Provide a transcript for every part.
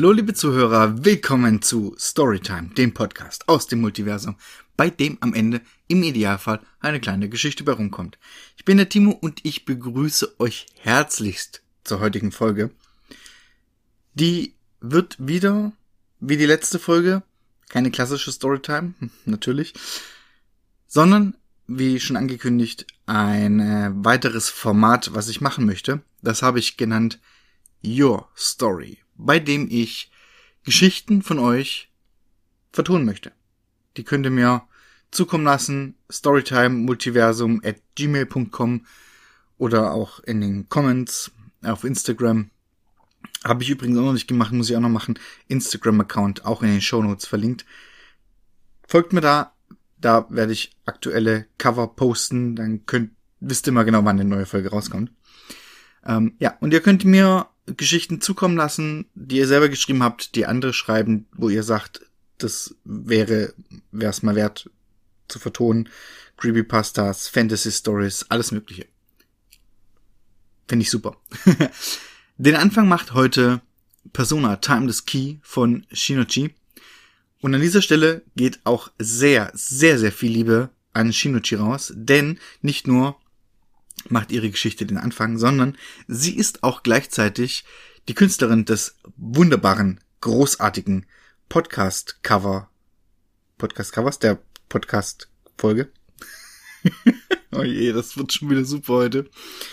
Hallo liebe Zuhörer, willkommen zu Storytime, dem Podcast aus dem Multiversum, bei dem am Ende im Idealfall eine kleine Geschichte bei rumkommt. Ich bin der Timo und ich begrüße euch herzlichst zur heutigen Folge. Die wird wieder, wie die letzte Folge, keine klassische Storytime, natürlich, sondern, wie schon angekündigt, ein weiteres Format, was ich machen möchte. Das habe ich genannt Your Story, bei dem ich Geschichten von euch vertonen möchte. Die könnt ihr mir zukommen lassen, storytimemultiversum@gmail.com oder auch in den Comments auf Instagram. Habe ich übrigens auch noch nicht gemacht, muss ich auch noch machen. Instagram-Account auch in den Shownotes verlinkt. Folgt mir da werde ich aktuelle Cover posten, dann wisst ihr mal genau, wann eine neue Folge rauskommt. Und ihr könnt mir Geschichten zukommen lassen, die ihr selber geschrieben habt, die andere schreiben, wo ihr sagt, das wäre es mal wert zu vertonen. Creepypastas, Fantasy Stories, alles mögliche. Finde ich super. Den Anfang macht heute Persona Timeless Key von Shinichi. Und an dieser Stelle geht auch sehr, sehr, sehr viel Liebe an Shinichi raus, denn nicht nur macht ihre Geschichte den Anfang, sondern sie ist auch gleichzeitig die Künstlerin des wunderbaren, großartigen Podcast-Covers, der Podcast-Folge. Oh je, das wird schon wieder super heute.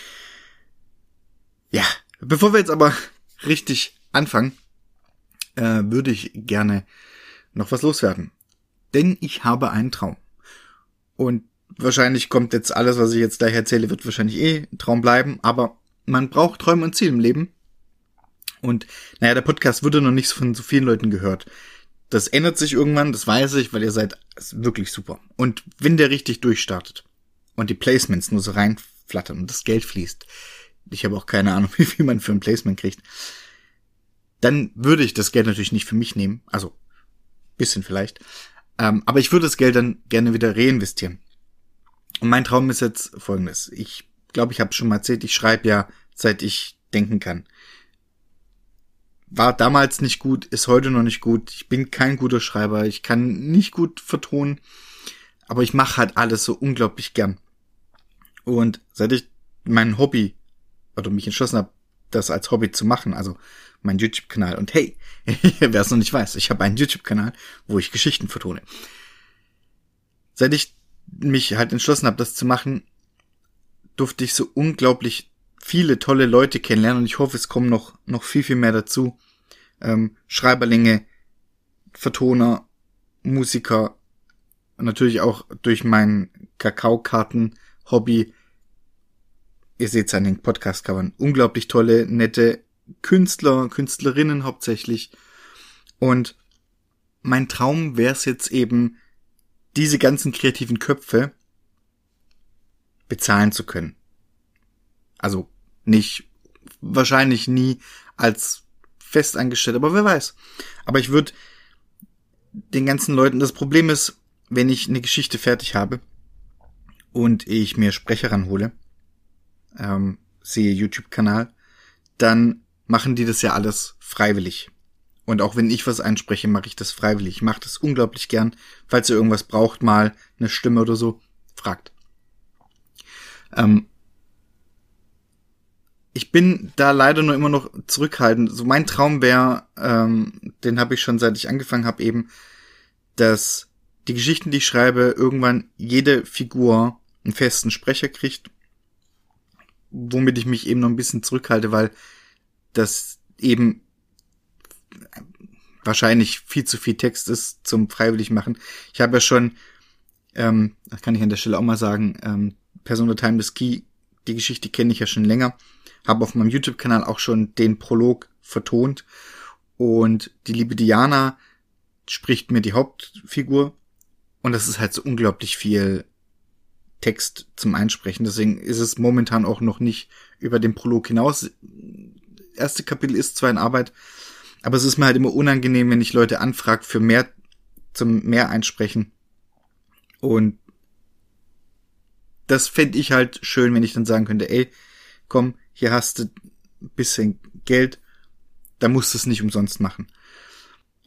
Ja, bevor wir jetzt aber richtig anfangen, würde ich gerne noch was loswerden. Denn ich habe einen Traum. Und wahrscheinlich kommt jetzt alles, was ich jetzt gleich erzähle, wird wahrscheinlich ein Traum bleiben, aber man braucht Träume und Ziele im Leben. Und der Podcast wurde noch nicht von so vielen Leuten gehört. Das ändert sich irgendwann, das weiß ich, weil ihr seid wirklich super. Und wenn der richtig durchstartet und die Placements nur so reinflattern und das Geld fließt, ich habe auch keine Ahnung, wie viel man für ein Placement kriegt, dann würde ich das Geld natürlich nicht für mich nehmen, also bisschen vielleicht, aber ich würde das Geld dann gerne wieder reinvestieren. Und mein Traum ist jetzt folgendes. Ich glaube, ich habe es schon mal erzählt, ich schreibe ja, seit ich denken kann. War damals nicht gut, ist heute noch nicht gut. Ich bin kein guter Schreiber, ich kann nicht gut vertonen, aber ich mache halt alles so unglaublich gern. Und seit ich mein Hobby, oder mich entschlossen habe, das als Hobby zu machen, also mein YouTube-Kanal. Und hey, wer es noch nicht weiß, ich habe einen YouTube-Kanal, wo ich Geschichten vertone. Seit ich mich halt entschlossen habe, das zu machen, durfte ich so unglaublich viele tolle Leute kennenlernen und ich hoffe, es kommen noch viel, viel mehr dazu. Schreiberlinge, Vertoner, Musiker und natürlich auch durch mein Kakaokarten-Hobby. Ihr seht es an den Podcast-Covern. Unglaublich tolle, nette Künstler, Künstlerinnen hauptsächlich. Und mein Traum wäre es jetzt eben, diese ganzen kreativen Köpfe bezahlen zu können. Also wahrscheinlich nie als festangestellt, aber wer weiß. Aber ich würde den ganzen Leuten, das Problem ist, wenn ich eine Geschichte fertig habe und ich mir Sprecher ranhole, siehe YouTube-Kanal, dann machen die das ja alles freiwillig. Und auch wenn ich was einspreche, mache ich das freiwillig. Ich mache das unglaublich gern. Falls ihr irgendwas braucht, mal eine Stimme oder so, fragt. Ich bin da leider nur immer noch zurückhaltend. So mein Traum wäre, den habe ich schon seit ich angefangen habe eben, dass die Geschichten, die ich schreibe, irgendwann jede Figur einen festen Sprecher kriegt, womit ich mich eben noch ein bisschen zurückhalte, weil das eben wahrscheinlich viel zu viel Text ist zum freiwillig machen. Ich habe ja schon, das kann ich an der Stelle auch mal sagen, Persona Timeless Key, die Geschichte kenne ich ja schon länger, habe auf meinem YouTube-Kanal auch schon den Prolog vertont und die liebe Diana spricht mir die Hauptfigur und das ist halt so unglaublich viel Text zum Einsprechen, deswegen ist es momentan auch noch nicht über den Prolog hinaus. Erste Kapitel ist zwar in Arbeit, aber es ist mir halt immer unangenehm, wenn ich Leute anfrage für mehr einsprechen. Und das fände ich halt schön, wenn ich dann sagen könnte, ey, komm, hier hast du ein bisschen Geld, da musst du es nicht umsonst machen.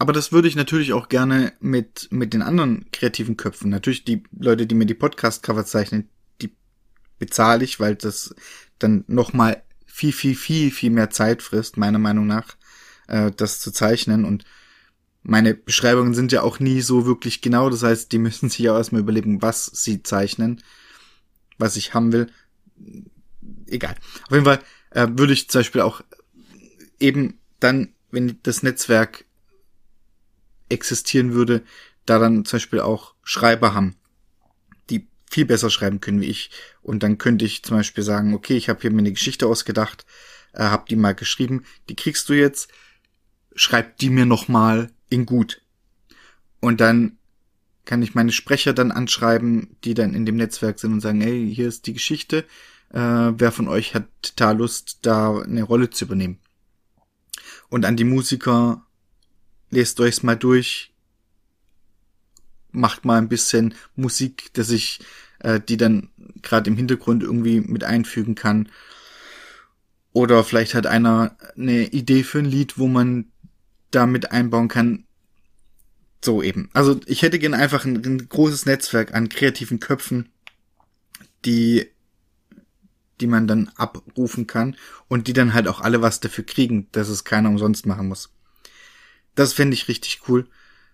Aber das würde ich natürlich auch gerne mit den anderen kreativen Köpfen. Natürlich die Leute, die mir die Podcast-Cover zeichnen, die bezahle ich, weil das dann nochmal viel mehr Zeit frisst, meiner Meinung nach, das zu zeichnen. Und meine Beschreibungen sind ja auch nie so wirklich genau. Das heißt, die müssen sich ja erstmal überlegen, was sie zeichnen, was ich haben will. Egal. Auf jeden Fall würde ich zum Beispiel auch eben dann, wenn das Netzwerk existieren würde, da dann zum Beispiel auch Schreiber haben, die viel besser schreiben können wie ich. Und dann könnte ich zum Beispiel sagen, okay, ich habe hier mir eine Geschichte ausgedacht, habe die mal geschrieben, die kriegst du jetzt, schreib die mir nochmal in gut. Und dann kann ich meine Sprecher dann anschreiben, die dann in dem Netzwerk sind und sagen, hey, hier ist die Geschichte, wer von euch hat total Lust, da eine Rolle zu übernehmen. Und an die Musiker, lest euch's mal durch, macht mal ein bisschen Musik, dass ich die dann gerade im Hintergrund irgendwie mit einfügen kann. Oder vielleicht hat einer eine Idee für ein Lied, wo man da mit einbauen kann. So eben. Also ich hätte gerne einfach ein großes Netzwerk an kreativen Köpfen, die man dann abrufen kann und die dann halt auch alle was dafür kriegen, dass es keiner umsonst machen muss. Das fände ich richtig cool.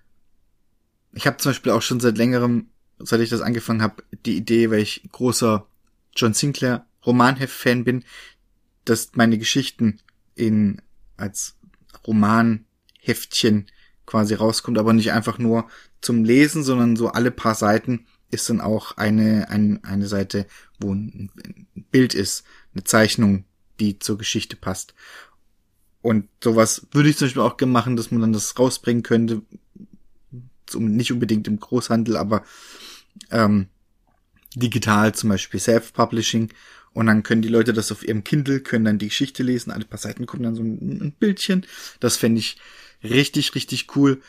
Ich habe zum Beispiel auch schon seit längerem, seit ich das angefangen habe, die Idee, weil ich großer John Sinclair Romanheft-Fan bin, dass meine Geschichten als Romanheftchen quasi rauskommt, aber nicht einfach nur zum Lesen, sondern so alle paar Seiten ist dann auch eine Seite, wo ein Bild ist, eine Zeichnung, die zur Geschichte passt. Und sowas würde ich zum Beispiel auch gerne machen, dass man dann das rausbringen könnte, nicht unbedingt im Großhandel, aber digital, zum Beispiel Self-Publishing. Und dann können die Leute das auf ihrem Kindle, können dann die Geschichte lesen, alle paar Seiten kommen dann so ein Bildchen. Das fände ich richtig cool.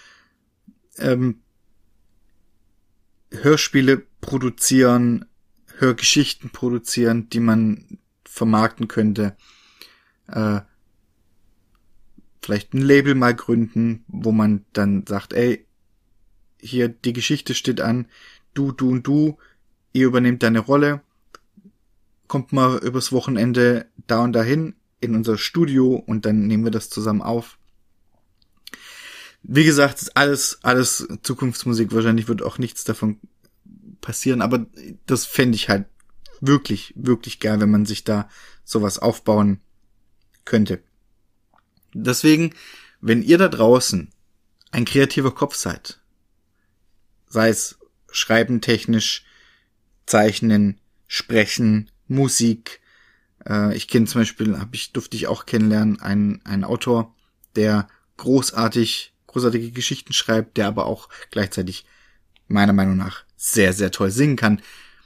Hörspiele produzieren, Hörgeschichten produzieren, die man vermarkten könnte. Vielleicht ein Label mal gründen, wo man dann sagt, ey, hier die Geschichte steht an, du und du, ihr übernehmt deine Rolle, kommt mal übers Wochenende da und dahin in unser Studio und dann nehmen wir das zusammen auf. Wie gesagt, ist alles Zukunftsmusik, wahrscheinlich wird auch nichts davon passieren, aber das fände ich halt wirklich geil, wenn man sich da sowas aufbauen könnte. Deswegen, wenn ihr da draußen ein kreativer Kopf seid, sei es schreiben technisch, zeichnen, sprechen, Musik, ich kenne zum Beispiel, durfte ich auch kennenlernen, einen Autor, der großartige Geschichten schreibt, der aber auch gleichzeitig meiner Meinung nach sehr toll singen kann.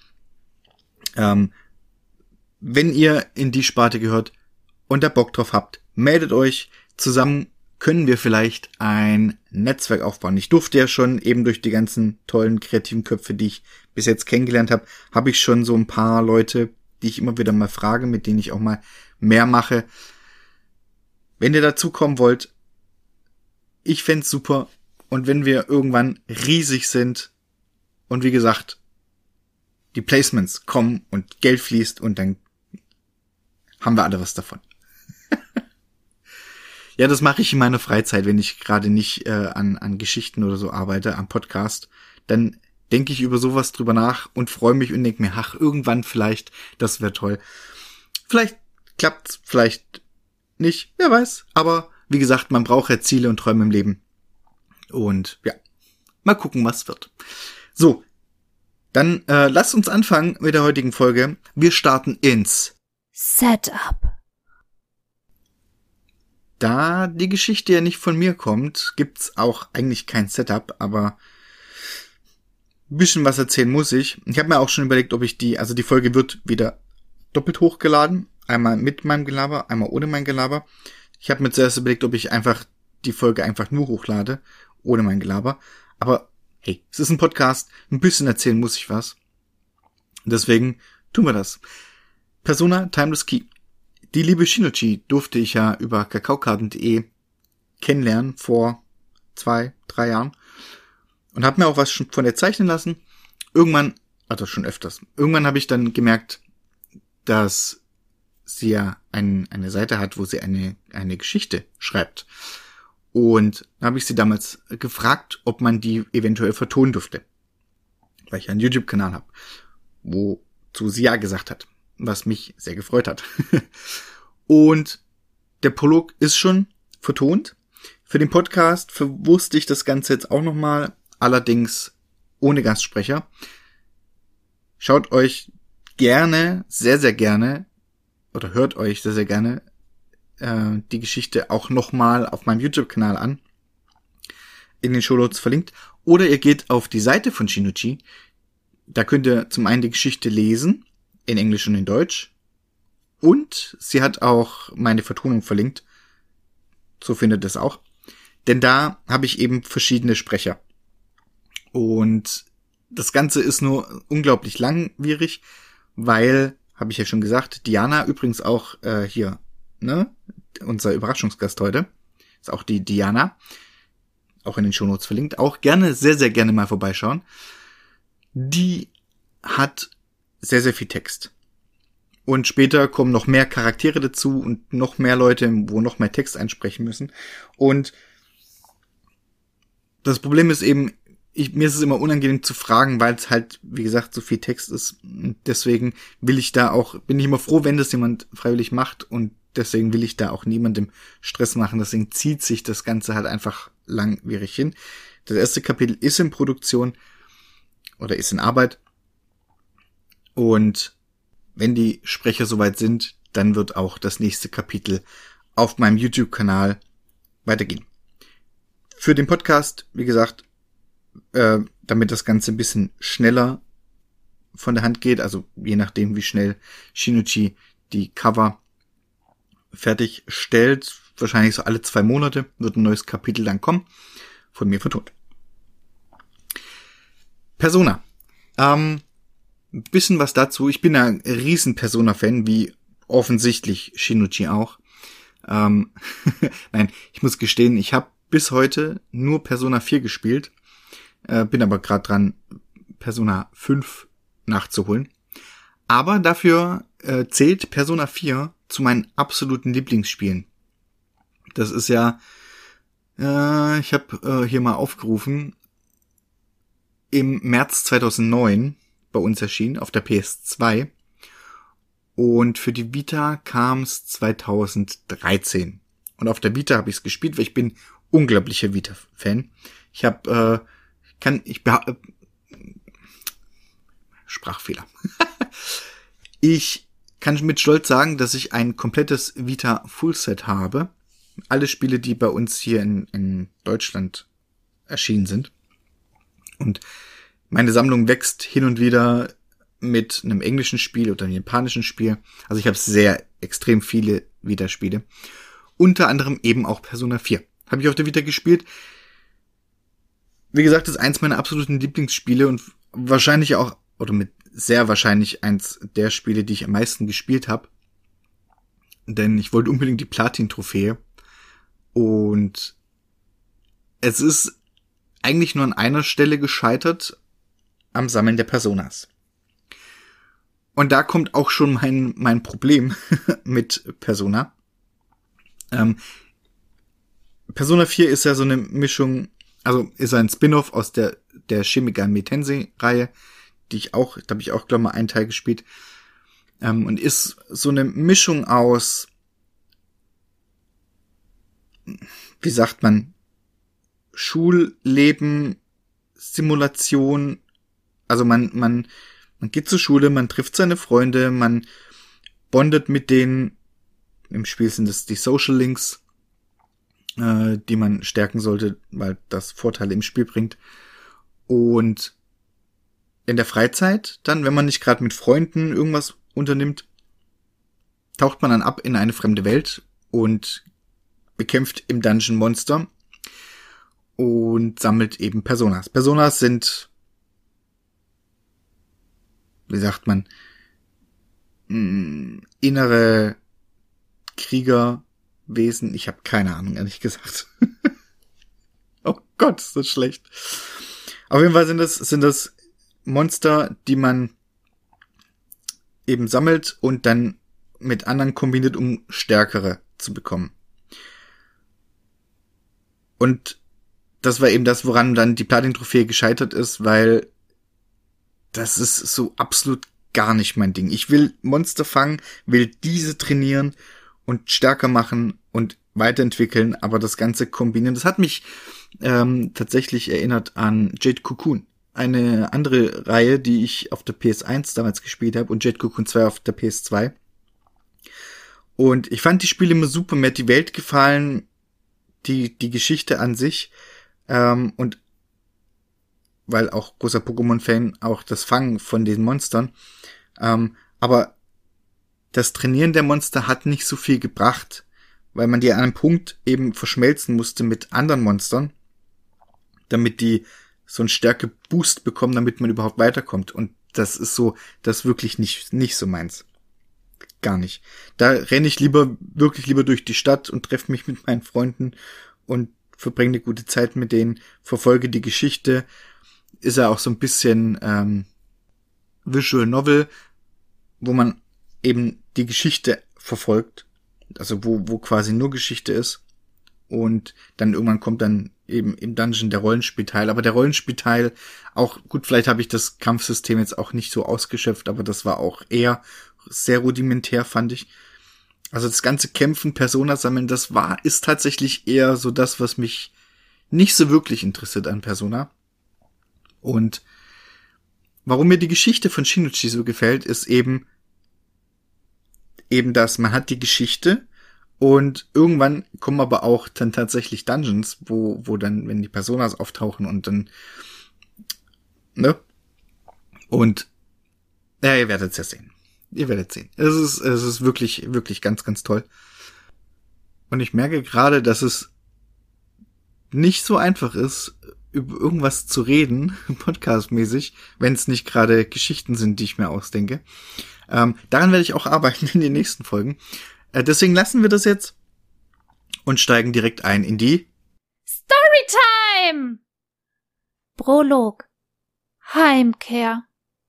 Wenn ihr in die Sparte gehört und da Bock drauf habt, meldet euch. Zusammen können wir vielleicht ein Netzwerk aufbauen. Ich durfte ja schon eben durch die ganzen tollen kreativen Köpfe, die ich bis jetzt kennengelernt habe ich schon so ein paar Leute, die ich immer wieder mal frage, mit denen ich auch mal mehr mache. Wenn ihr dazu kommen wollt, ich fänd's super. Und wenn wir irgendwann riesig sind und wie gesagt, die Placements kommen und Geld fließt und dann haben wir alle was davon. Ja, das mache ich in meiner Freizeit, wenn ich gerade nicht an Geschichten oder so arbeite, am Podcast. Dann denke ich über sowas drüber nach und freue mich und denke mir, ach, irgendwann vielleicht, das wäre toll. Vielleicht klappt's, vielleicht nicht, wer weiß. Aber wie gesagt, man braucht ja Ziele und Träume im Leben. Und ja, mal gucken, was wird. So, dann lasst uns anfangen mit der heutigen Folge. Wir starten ins Setup. Da die Geschichte ja nicht von mir kommt, gibt's auch eigentlich kein Setup, aber ein bisschen was erzählen muss ich. Ich habe mir auch schon überlegt, ob ich die Folge wird wieder doppelt hochgeladen. Einmal mit meinem Gelaber, einmal ohne mein Gelaber. Ich habe mir zuerst überlegt, ob ich einfach die Folge einfach nur hochlade, ohne mein Gelaber. Aber hey, es ist ein Podcast, ein bisschen erzählen muss ich was. Deswegen tun wir das. Persona Timeless Key. Die liebe Shinichi durfte ich ja über kakaokarten.de kennenlernen vor 2, 3 Jahren. Und habe mir auch was schon von der zeichnen lassen. Irgendwann, also schon öfters, irgendwann habe ich dann gemerkt, dass sie ja eine Seite hat, wo sie eine Geschichte schreibt. Und da habe ich sie damals gefragt, ob man die eventuell vertonen dürfte. Weil ich einen YouTube-Kanal habe, wozu sie ja gesagt hat, was mich sehr gefreut hat. Und der Prolog ist schon vertont. Für den Podcast verwurste ich das Ganze jetzt auch nochmal, allerdings ohne Gastsprecher. Schaut euch gerne, sehr, sehr gerne, oder hört euch sehr, sehr gerne die Geschichte auch nochmal auf meinem YouTube-Kanal an. In den Shownotes verlinkt. Oder ihr geht auf die Seite von Shinichi. Da könnt ihr zum einen die Geschichte lesen, in Englisch und in Deutsch. Und sie hat auch meine Vertonung verlinkt. So findet ihr es auch. Denn da habe ich eben verschiedene Sprecher. Und das Ganze ist nur unglaublich langwierig, weil, habe ich ja schon gesagt, Diana übrigens auch hier, ne, unser Überraschungsgast heute, ist auch die Diana, auch in den Shownotes verlinkt, auch gerne, sehr, sehr gerne mal vorbeischauen. Die hat sehr, sehr viel Text. Und später kommen noch mehr Charaktere dazu und noch mehr Leute, wo noch mehr Text einsprechen müssen. Und das Problem ist eben, mir ist es immer unangenehm zu fragen, weil es halt, wie gesagt, so viel Text ist. Und deswegen bin ich immer froh, wenn das jemand freiwillig macht, und deswegen will ich da auch niemandem Stress machen. Deswegen zieht sich das Ganze halt einfach langwierig hin. Das erste Kapitel ist in Produktion oder ist in Arbeit. Und wenn die Sprecher soweit sind, dann wird auch das nächste Kapitel auf meinem YouTube-Kanal weitergehen. Für den Podcast, wie gesagt, damit das Ganze ein bisschen schneller von der Hand geht, also je nachdem, wie schnell Shinichi die Cover fertig stellt, wahrscheinlich so alle 2 Monate wird ein neues Kapitel dann kommen, von mir vertont. Persona. Ein bisschen was dazu. Ich bin ein riesen Persona-Fan, wie offensichtlich Shinichi auch. Nein, ich muss gestehen, ich habe bis heute nur Persona 4 gespielt, bin aber gerade dran, Persona 5 nachzuholen. Aber dafür zählt Persona 4 zu meinen absoluten Lieblingsspielen. Das ist ja, ich habe hier mal aufgerufen, im März 2009 bei uns erschienen, auf der PS2. Und für die Vita kam es 2013. Und auf der Vita habe ich es gespielt, weil ich bin unglaublicher Vita-Fan. Ich habe, Sprachfehler. Ich kann mit Stolz sagen, dass ich ein komplettes Vita Fullset habe. Alle Spiele, die bei uns hier in Deutschland erschienen sind. Und meine Sammlung wächst hin und wieder mit einem englischen Spiel oder einem japanischen Spiel. Also ich habe sehr extrem viele Vita-Spiele. Unter anderem eben auch Persona 4. Habe ich auf der Vita gespielt. Wie gesagt, das ist eins meiner absoluten Lieblingsspiele und wahrscheinlich auch, oder mit sehr wahrscheinlich eins der Spiele, die ich am meisten gespielt habe. Denn ich wollte unbedingt die Platin-Trophäe. Und es ist eigentlich nur an einer Stelle gescheitert, am Sammeln der Personas. Und da kommt auch schon mein Problem mit Persona. Persona 4 ist ja so eine Mischung, also ist ein Spin-off aus der Shin Megami Tensei-Reihe, da habe ich auch, glaube ich, mal einen Teil gespielt. Und ist so eine Mischung aus, wie sagt man, Schulleben, Simulation. Also man geht zur Schule, man trifft seine Freunde, man bondet mit denen. Im Spiel sind es die Social Links, die man stärken sollte, weil das Vorteile im Spiel bringt. Und in der Freizeit, dann, wenn man nicht gerade mit Freunden irgendwas unternimmt, taucht man dann ab in eine fremde Welt und bekämpft im Dungeon Monster und sammelt eben Personas. Personas sind, wie sagt man, innere Kriegerwesen. Ich habe keine Ahnung, ehrlich gesagt. Oh Gott, ist das schlecht. Auf jeden Fall sind das Monster, die man eben sammelt und dann mit anderen kombiniert, um stärkere zu bekommen. Und das war eben das, woran dann die Platin-Trophäe gescheitert ist, weil das ist so absolut gar nicht mein Ding. Ich will Monster fangen, will diese trainieren und stärker machen und weiterentwickeln, aber das Ganze kombinieren. Das hat mich tatsächlich erinnert an Jade Cocoon. Eine andere Reihe, die ich auf der PS1 damals gespielt habe und Jade Cocoon 2 auf der PS2. Und ich fand die Spiele immer super, mir hat die Welt gefallen, die Geschichte an sich, und weil auch großer Pokémon-Fan, auch das Fangen von den Monstern. Aber das Trainieren der Monster hat nicht so viel gebracht, weil man die an einem Punkt eben verschmelzen musste mit anderen Monstern, damit die so einen Stärke-Boost bekommen, damit man überhaupt weiterkommt. Und das ist so, das wirklich nicht so meins. Gar nicht. Da renne ich wirklich lieber durch die Stadt und treffe mich mit meinen Freunden und verbringe eine gute Zeit mit denen, verfolge die Geschichte. Ist ja auch so ein bisschen Visual Novel, wo man eben die Geschichte verfolgt, also wo quasi nur Geschichte ist, und dann irgendwann kommt dann eben im Dungeon der Rollenspielteil, aber der Rollenspielteil auch, gut, vielleicht habe ich das Kampfsystem jetzt auch nicht so ausgeschöpft, aber das war auch eher sehr rudimentär, fand ich. Also das ganze Kämpfen, Persona sammeln, ist tatsächlich eher so das, was mich nicht so wirklich interessiert an Persona. Und warum mir die Geschichte von Shinichi so gefällt, ist eben das, man hat die Geschichte und irgendwann kommen aber auch dann tatsächlich Dungeons, wo dann, wenn die Personas auftauchen und dann, ne? Und, ja, ihr werdet es ja sehen. Ihr werdet sehen. Es ist wirklich, wirklich ganz, ganz toll. Und ich merke gerade, dass es nicht so einfach ist, über irgendwas zu reden, podcastmäßig, wenn es nicht gerade Geschichten sind, die ich mir ausdenke. Daran werde ich auch arbeiten in den nächsten Folgen. Deswegen lassen wir das jetzt und steigen direkt ein in die Storytime! Prolog. Heimkehr.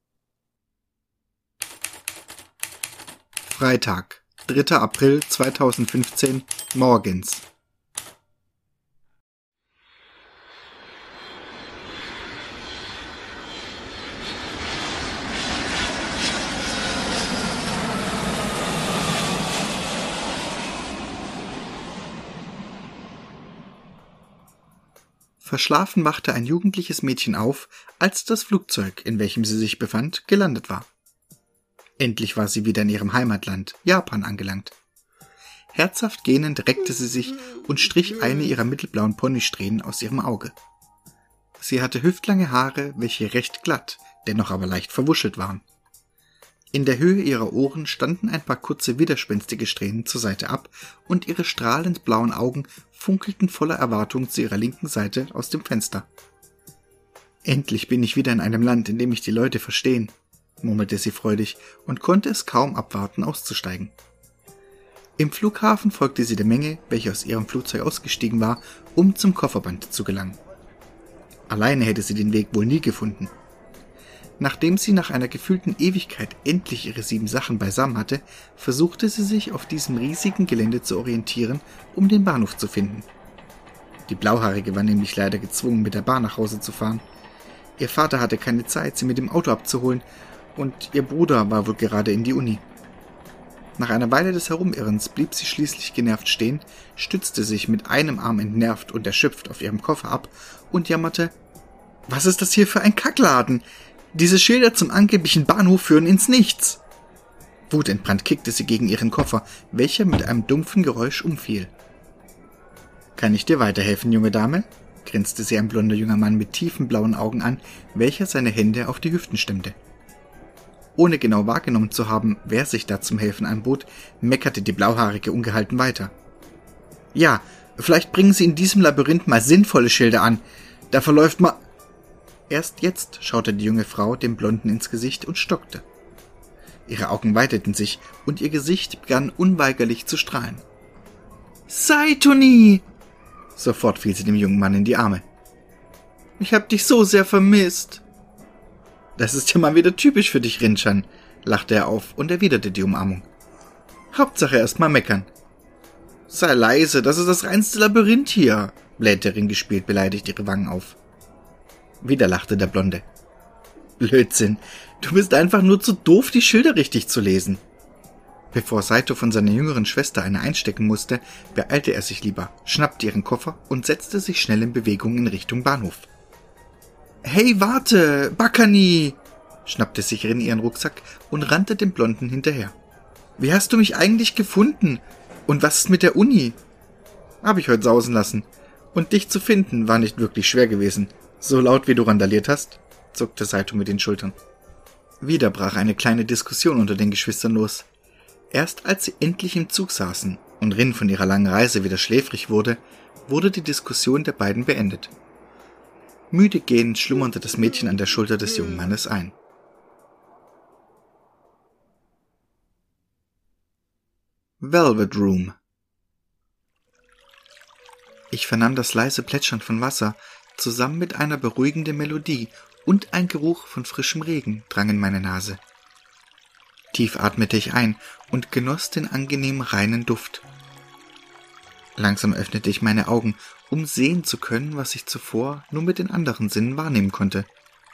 Freitag, 3. April 2015, morgens. Verschlafen wachte ein jugendliches Mädchen auf, als das Flugzeug, in welchem sie sich befand, gelandet war. Endlich war sie wieder in ihrem Heimatland, Japan, angelangt. Herzhaft gähnend reckte sie sich und strich eine ihrer mittelblauen Ponysträhnen aus ihrem Auge. Sie hatte hüftlange Haare, welche recht glatt, dennoch aber leicht verwuschelt waren. In der Höhe ihrer Ohren standen ein paar kurze, widerspenstige Strähnen zur Seite ab, und ihre strahlend blauen Augen funkelten voller Erwartung zu ihrer linken Seite aus dem Fenster. »Endlich bin ich wieder in einem Land, in dem mich die Leute verstehen«, murmelte sie freudig und konnte es kaum abwarten, auszusteigen. Im Flughafen folgte sie der Menge, welche aus ihrem Flugzeug ausgestiegen war, um zum Kofferband zu gelangen. Alleine hätte sie den Weg wohl nie gefunden. Nachdem sie nach einer gefühlten Ewigkeit endlich ihre 7 Sachen beisammen hatte, versuchte sie sich auf diesem riesigen Gelände zu orientieren, um den Bahnhof zu finden. Die Blauhaarige war nämlich leider gezwungen, mit der Bahn nach Hause zu fahren. Ihr Vater hatte keine Zeit, sie mit dem Auto abzuholen, und ihr Bruder war wohl gerade in die Uni. Nach einer Weile des Herumirrens blieb sie schließlich genervt stehen, stützte sich mit einem Arm entnervt und erschöpft auf ihrem Koffer ab und jammerte: »Was ist das hier für ein Kackladen? Diese Schilder zum angeblichen Bahnhof führen ins Nichts!« Wutentbrannt kickte sie gegen ihren Koffer, welcher mit einem dumpfen Geräusch umfiel. »Kann ich dir weiterhelfen, junge Dame?« grinste sie ein blonder junger Mann mit tiefen blauen Augen an, welcher seine Hände auf die Hüften stemmte. Ohne genau wahrgenommen zu haben, wer sich da zum Helfen anbot, meckerte die Blauhaarige ungehalten weiter. »Ja, vielleicht bringen Sie in diesem Labyrinth mal sinnvolle Schilder an. Da verläuft ma...« Erst jetzt schaute die junge Frau dem Blonden ins Gesicht und stockte. Ihre Augen weiteten sich und ihr Gesicht begann unweigerlich zu strahlen. »Saitoni!« Sofort fiel sie dem jungen Mann in die Arme. »Ich hab dich so sehr vermisst.« »Das ist ja mal wieder typisch für dich, Rin-chan«, lachte er auf und erwiderte die Umarmung. »Hauptsache erst mal meckern.« »Sei leise, das ist das reinste Labyrinth hier«, blähte Rin gespielt beleidigt ihre Wangen auf. Wieder lachte der Blonde. »Blödsinn, du bist einfach nur zu doof, die Schilder richtig zu lesen.« Bevor Saito von seiner jüngeren Schwester eine einstecken musste, beeilte er sich lieber, schnappte ihren Koffer und setzte sich schnell in Bewegung in Richtung Bahnhof. »Hey, warte, Bakani!« schnappte sich Rin ihren Rucksack und rannte dem Blonden hinterher. »Wie hast du mich eigentlich gefunden? Und was ist mit der Uni?« »Hab ich heute sausen lassen. Und dich zu finden war nicht wirklich schwer gewesen. So laut wie du randaliert hast«, zuckte Saito mit den Schultern. Wieder brach eine kleine Diskussion unter den Geschwistern los. Erst als sie endlich im Zug saßen und Rin von ihrer langen Reise wieder schläfrig wurde, wurde die Diskussion der beiden beendet. Müde gehend schlummerte das Mädchen an der Schulter des jungen Mannes ein. Velvet Room. Ich vernahm das leise Plätschern von Wasser, zusammen mit einer beruhigenden Melodie, und ein Geruch von frischem Regen drang in meine Nase. Tief atmete ich ein und genoss den angenehmen reinen Duft. Langsam öffnete ich meine Augen, um sehen zu können, was ich zuvor nur mit den anderen Sinnen wahrnehmen konnte.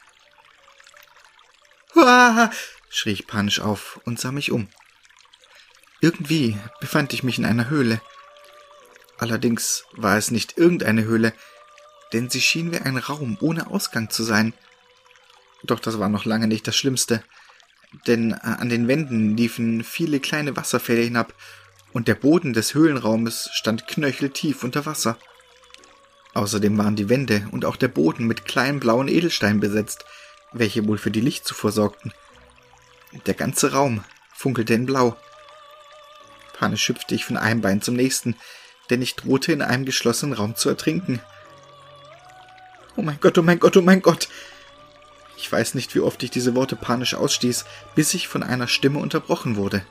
»Uah!« schrie ich panisch auf und sah mich um. Irgendwie befand ich mich in einer Höhle. Allerdings war es nicht irgendeine Höhle, denn sie schien wie ein Raum ohne Ausgang zu sein. Doch das war noch lange nicht das Schlimmste, denn an den Wänden liefen viele kleine Wasserfälle hinab, und der Boden des Höhlenraumes stand knöcheltief unter Wasser. Außerdem waren die Wände und auch der Boden mit kleinen blauen Edelsteinen besetzt, welche wohl für die Lichtzufuhr sorgten. Der ganze Raum funkelte in Blau. Panisch hüpfte ich von einem Bein zum nächsten, denn ich drohte in einem geschlossenen Raum zu ertrinken. »Oh mein Gott, oh mein Gott, oh mein Gott!« Ich weiß nicht, wie oft ich diese Worte panisch ausstieß, bis ich von einer Stimme unterbrochen wurde.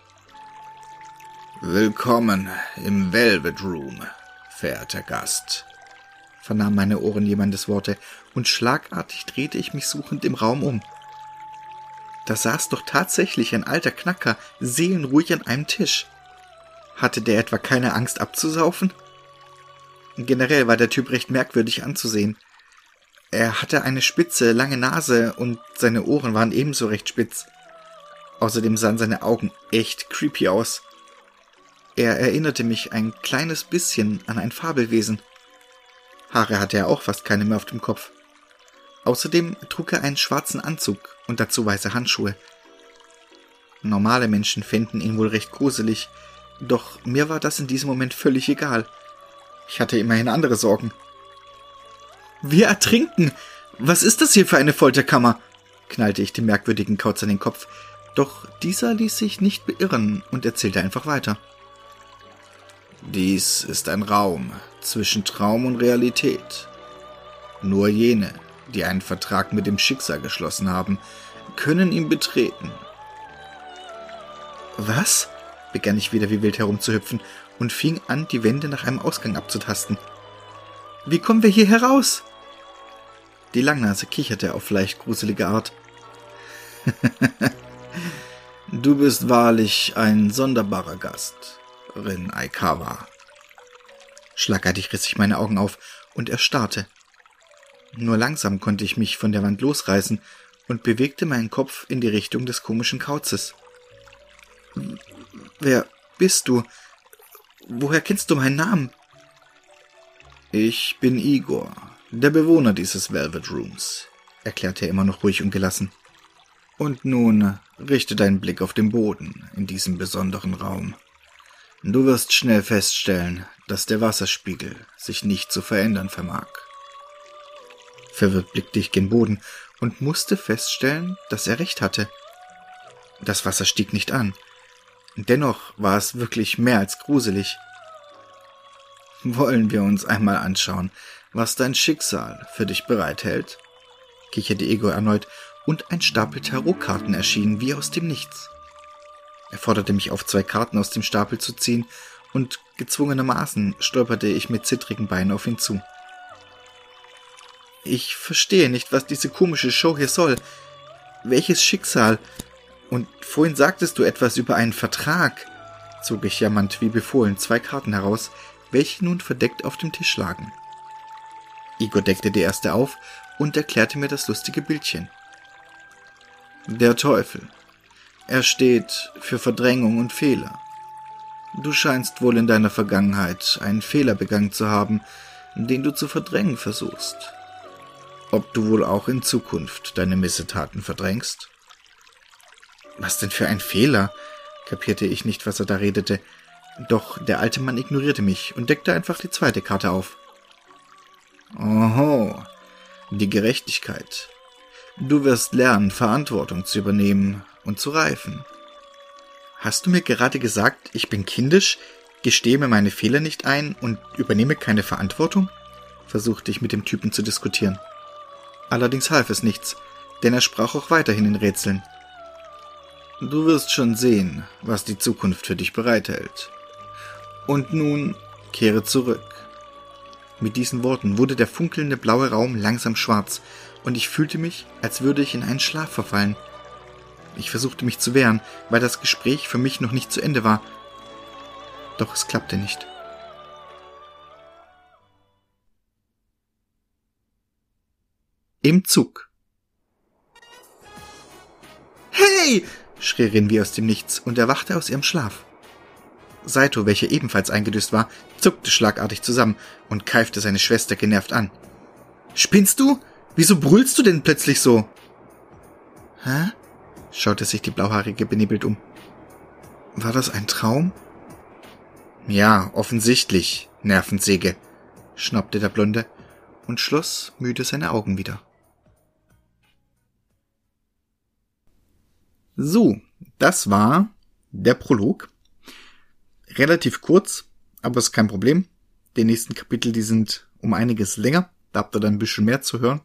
»Willkommen im Velvet Room, verehrter Gast«, vernahmen meine Ohren jemandes Worte, und schlagartig drehte ich mich suchend im Raum um. Da saß doch tatsächlich ein alter Knacker, seelenruhig an einem Tisch. Hatte der etwa keine Angst abzusaufen? Generell war der Typ recht merkwürdig anzusehen. Er hatte eine spitze, lange Nase und seine Ohren waren ebenso recht spitz. Außerdem sahen seine Augen echt creepy aus. Er erinnerte mich ein kleines bisschen an ein Fabelwesen. Haare hatte er auch fast keine mehr auf dem Kopf. Außerdem trug er einen schwarzen Anzug und dazu weiße Handschuhe. Normale Menschen fänden ihn wohl recht gruselig, doch mir war das in diesem Moment völlig egal. Ich hatte immerhin andere Sorgen. »Wir ertrinken! Was ist das hier für eine Folterkammer?« knallte ich dem merkwürdigen Kauz an den Kopf, doch dieser ließ sich nicht beirren und erzählte einfach weiter. »Dies ist ein Raum zwischen Traum und Realität. Nur jene, die einen Vertrag mit dem Schicksal geschlossen haben, können ihn betreten.« »Was?« begann ich wieder wie wild herumzuhüpfen und fing an, die Wände nach einem Ausgang abzutasten. »Wie kommen wir hier heraus?« Die Langnase kicherte auf leicht gruselige Art. »Du bist wahrlich ein sonderbarer Gast, Rin Aikawa.« Schlagartig riss ich meine Augen auf und erstarrte. Nur langsam konnte ich mich von der Wand losreißen und bewegte meinen Kopf in die Richtung des komischen Kauzes. »Wer bist du? Woher kennst du meinen Namen?« »Ich bin Igor, der Bewohner dieses Velvet Rooms«, erklärte er immer noch ruhig und gelassen. »Und nun richte deinen Blick auf den Boden in diesem besonderen Raum. Du wirst schnell feststellen, dass der Wasserspiegel sich nicht zu verändern vermag.« Verwirrt blickte ich gen Boden und musste feststellen, dass er recht hatte. Das Wasser stieg nicht an. Dennoch war es wirklich mehr als gruselig. »Wollen wir uns einmal anschauen, was dein Schicksal für dich bereithält?« kicherte Igor erneut, und ein Stapel Tarotkarten erschien wie aus dem Nichts. Er forderte mich auf, 2 Karten aus dem Stapel zu ziehen und gezwungenermaßen stolperte ich mit zittrigen Beinen auf ihn zu. Ich verstehe nicht, was diese komische Show hier soll. Welches Schicksal? Und vorhin sagtest du etwas über einen Vertrag, zog ich jammernd wie befohlen 2 Karten heraus, welche nun verdeckt auf dem Tisch lagen. Igor deckte die erste auf und erklärte mir das lustige Bildchen. Der Teufel. Er steht für Verdrängung und Fehler. Du scheinst wohl in deiner Vergangenheit einen Fehler begangen zu haben, den du zu verdrängen versuchst. Ob du wohl auch in Zukunft deine Missetaten verdrängst? Was denn für ein Fehler? Kapierte ich nicht, was er da redete. Doch der alte Mann ignorierte mich und deckte einfach die zweite Karte auf. Oho, die Gerechtigkeit. Du wirst lernen, Verantwortung zu übernehmen und zu reifen. Hast du mir gerade gesagt, ich bin kindisch, gestehe mir meine Fehler nicht ein und übernehme keine Verantwortung? Versuchte ich mit dem Typen zu diskutieren. Allerdings half es nichts, denn er sprach auch weiterhin in Rätseln. Du wirst schon sehen, was die Zukunft für dich bereithält. Und nun kehre zurück. Mit diesen Worten wurde der funkelnde blaue Raum langsam schwarz, und ich fühlte mich, als würde ich in einen Schlaf verfallen. Ich versuchte mich zu wehren, weil das Gespräch für mich noch nicht zu Ende war. Doch es klappte nicht. Im Zug. Hey! Schrie Rin wie aus dem Nichts und erwachte aus ihrem Schlaf. Saito, welcher ebenfalls eingedöst war, zuckte schlagartig zusammen und keifte seine Schwester genervt an. Spinnst du? Wieso brüllst du denn plötzlich so? Hä? Schaute sich die Blauhaarige benebelt um. War das ein Traum? Ja, offensichtlich, Nervensäge, schnaubte der Blonde und schloss müde seine Augen wieder. So, das war der Prolog. Relativ kurz, aber ist kein Problem. Die nächsten Kapitel, die sind um einiges länger. Da habt ihr dann ein bisschen mehr zu hören.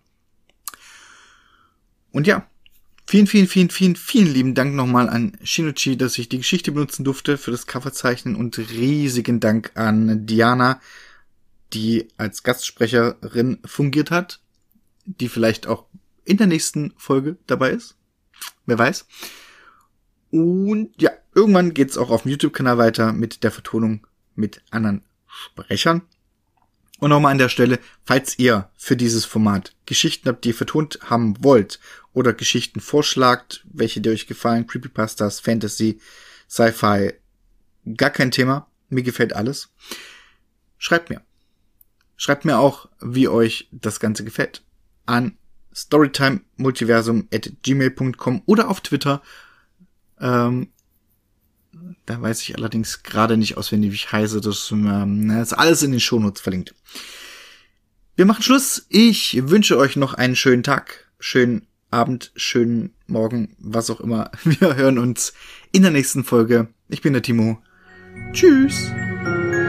Und ja, vielen lieben Dank nochmal an Shinichi, dass ich die Geschichte benutzen durfte für das Coverzeichnen und riesigen Dank an Diana, die als Gastsprecherin fungiert hat, die vielleicht auch in der nächsten Folge dabei ist. Wer weiß. Und ja, irgendwann geht's auch auf dem YouTube-Kanal weiter mit der Vertonung mit anderen Sprechern. Und nochmal an der Stelle, falls ihr für dieses Format Geschichten habt, die ihr vertont haben wollt oder Geschichten vorschlagt, welche dir euch gefallen, Creepypastas, Fantasy, Sci-Fi, gar kein Thema, mir gefällt alles. Schreibt mir. Schreibt mir auch, wie euch das Ganze gefällt. An storytimemultiversum@gmail.com oder auf Twitter. Da weiß ich allerdings gerade nicht auswendig, wie ich heiße. Das ist alles in den Shownotes verlinkt. Wir machen Schluss. Ich wünsche euch noch einen schönen Tag, schönen Abend, schönen Morgen, was auch immer. Wir hören uns in der nächsten Folge. Ich bin der Timo. Tschüss.